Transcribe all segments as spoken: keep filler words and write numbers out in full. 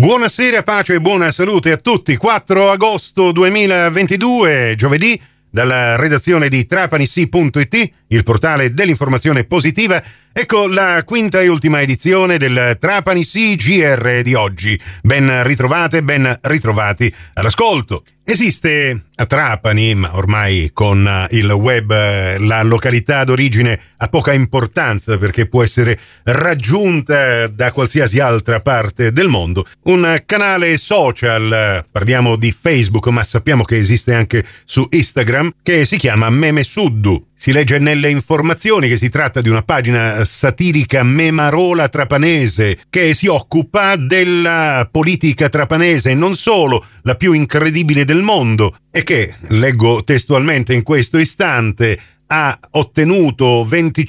Buonasera, pace e buona salute a tutti. quattro agosto duemilaventidue, giovedì, dalla redazione di Trapanissi punto it, il portale dell'informazione positiva. Ecco la quinta e ultima edizione del Trapanissi G R di oggi. Ben ritrovate, ben ritrovati all'ascolto. Esiste a Trapani, ma ormai con il web la località d'origine ha poca importanza perché può essere raggiunta da qualsiasi altra parte del mondo, un canale social, parliamo di Facebook ma sappiamo che esiste anche su Instagram, che si chiama Memesuddu. Si legge nelle informazioni che si tratta di una pagina satirica memarola trapanese che si occupa della politica trapanese e non solo, la più incredibile del mondo, e che, leggo testualmente in questo istante, ha ottenuto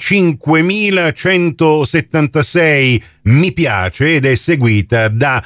venticinquemilacentosettantasei mi piace ed è seguita da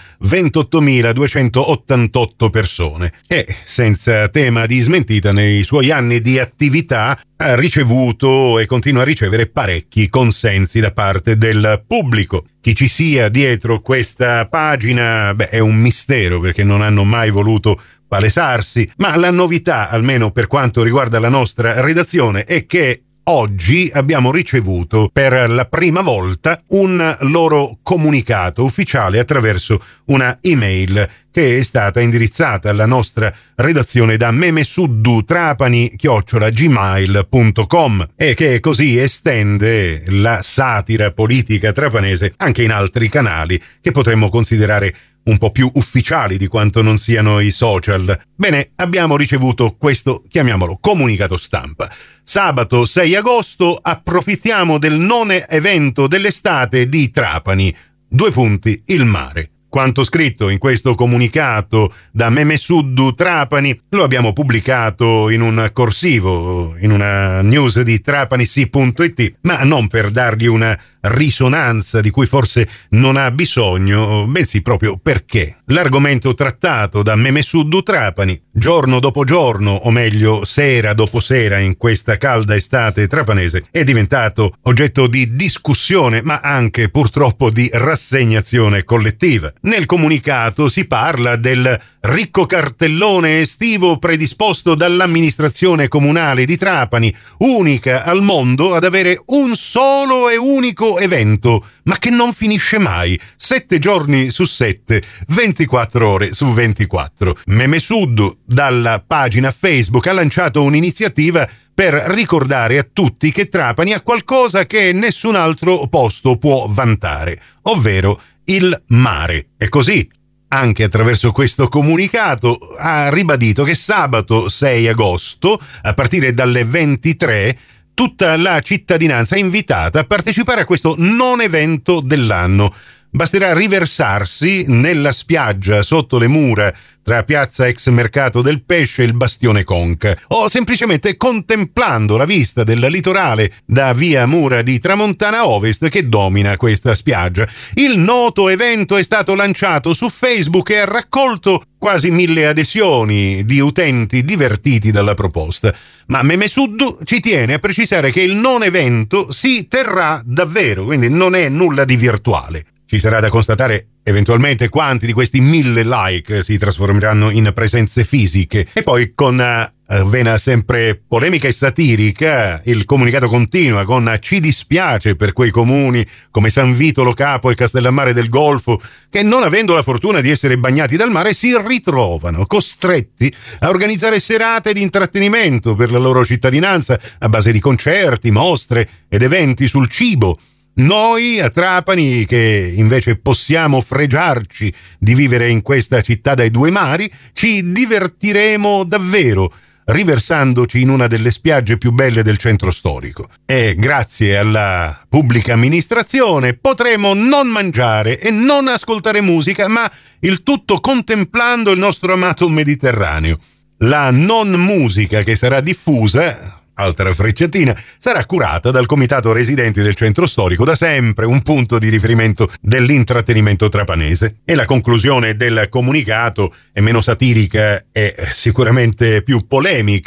ventottomiladuecentottantotto persone e, senza tema di smentita, nei suoi anni di attività ha ricevuto e continua a ricevere parecchi consensi da parte del pubblico. Chi ci sia dietro questa pagina, beh, è un mistero perché non hanno mai voluto palesarsi, ma la novità, almeno per quanto riguarda la nostra redazione, è che oggi abbiamo ricevuto per la prima volta un loro comunicato ufficiale attraverso una email che è stata indirizzata alla nostra redazione da memesuddutrapani chiocciola gmail punto com e che così estende la satira politica trapanese anche in altri canali che potremmo considerare un po' più ufficiali di quanto non siano i social. Bene, abbiamo ricevuto questo, chiamiamolo, comunicato stampa. Sabato sei agosto approfittiamo del none evento dell'estate di Trapani. Due punti, il mare. Quanto scritto in questo comunicato da Memesuddu Trapani lo abbiamo pubblicato in un corsivo, in una news di Trapanissi punto it, ma non per dargli una risonanza di cui forse non ha bisogno, bensì proprio perché l'argomento trattato da Memesuddu Trapani giorno dopo giorno, o meglio sera dopo sera in questa calda estate trapanese, è diventato oggetto di discussione ma anche purtroppo di rassegnazione collettiva. Nel comunicato si parla del ricco cartellone estivo predisposto dall'amministrazione comunale di Trapani, unica al mondo ad avere un solo e unico evento, ma che non finisce mai, sette giorni su sette, ventiquattro ore su ventiquattro. Memesuddu, dalla pagina Facebook, ha lanciato un'iniziativa per ricordare a tutti che Trapani ha qualcosa che nessun altro posto può vantare, ovvero il mare. E così, anche attraverso questo comunicato, ha ribadito che sabato sei agosto, a partire dalle ventitré, tutta la cittadinanza è invitata a partecipare a questo non evento dell'anno. Basterà riversarsi nella spiaggia sotto le mura tra piazza ex Mercato del Pesce e il Bastione Conca, o semplicemente contemplando la vista del litorale da via Mura di Tramontana Ovest che domina questa spiaggia. Il noto evento è stato lanciato su Facebook e ha raccolto quasi mille adesioni di utenti divertiti dalla proposta. Ma Memesuddu ci tiene a precisare che il non evento si terrà davvero, quindi non è nulla di virtuale. Ci sarà da constatare eventualmente quanti di questi mille like si trasformeranno in presenze fisiche. E poi, con uh, vena sempre polemica e satirica, il comunicato continua con ci dispiace per quei comuni come San Vito Lo Capo e Castellammare del Golfo che, non avendo la fortuna di essere bagnati dal mare, si ritrovano costretti a organizzare serate di intrattenimento per la loro cittadinanza a base di concerti, mostre ed eventi sul cibo. Noi a Trapani, che invece possiamo fregiarci di vivere in questa città dai due mari, ci divertiremo davvero riversandoci in una delle spiagge più belle del centro storico. E grazie alla pubblica amministrazione potremo non mangiare e non ascoltare musica, ma il tutto contemplando il nostro amato Mediterraneo. La non musica che sarà diffusa, altra frecciatina, sarà curata dal Comitato Residenti del Centro Storico, da sempre un punto di riferimento dell'intrattenimento trapanese. E la conclusione del comunicato è meno satirica e sicuramente più polemica,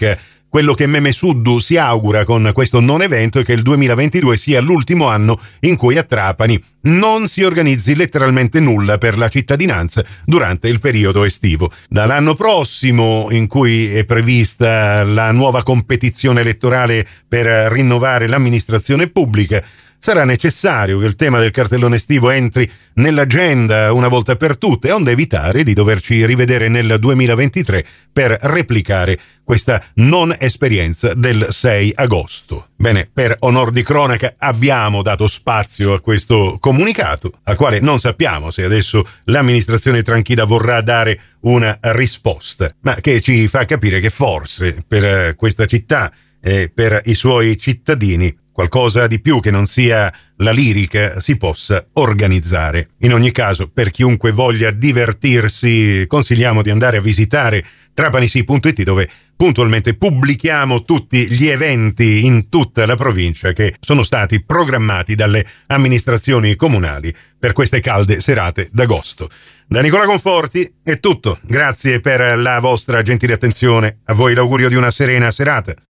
Quello che Meme Suddu si augura con questo non evento è che il duemilaventidue sia l'ultimo anno in cui a Trapani non si organizzi letteralmente nulla per la cittadinanza durante il periodo estivo. Dall'anno prossimo, in cui è prevista la nuova competizione elettorale per rinnovare l'amministrazione pubblica, sarà necessario che il tema del cartellone estivo entri nell'agenda una volta per tutte, onde evitare di doverci rivedere nel duemilaventitré per replicare questa non esperienza del sei agosto. Bene, per onor di cronaca abbiamo dato spazio a questo comunicato, al quale non sappiamo se adesso l'amministrazione Tranchida vorrà dare una risposta, ma che ci fa capire che forse per questa città e per i suoi cittadini qualcosa di più che non sia la lirica si possa organizzare. In ogni caso, per chiunque voglia divertirsi, consigliamo di andare a visitare trapanisi punto it, dove puntualmente pubblichiamo tutti gli eventi in tutta la provincia che sono stati programmati dalle amministrazioni comunali per queste calde serate d'agosto. Da Nicola Conforti è tutto. Grazie per la vostra gentile attenzione. A voi l'augurio di una serena serata.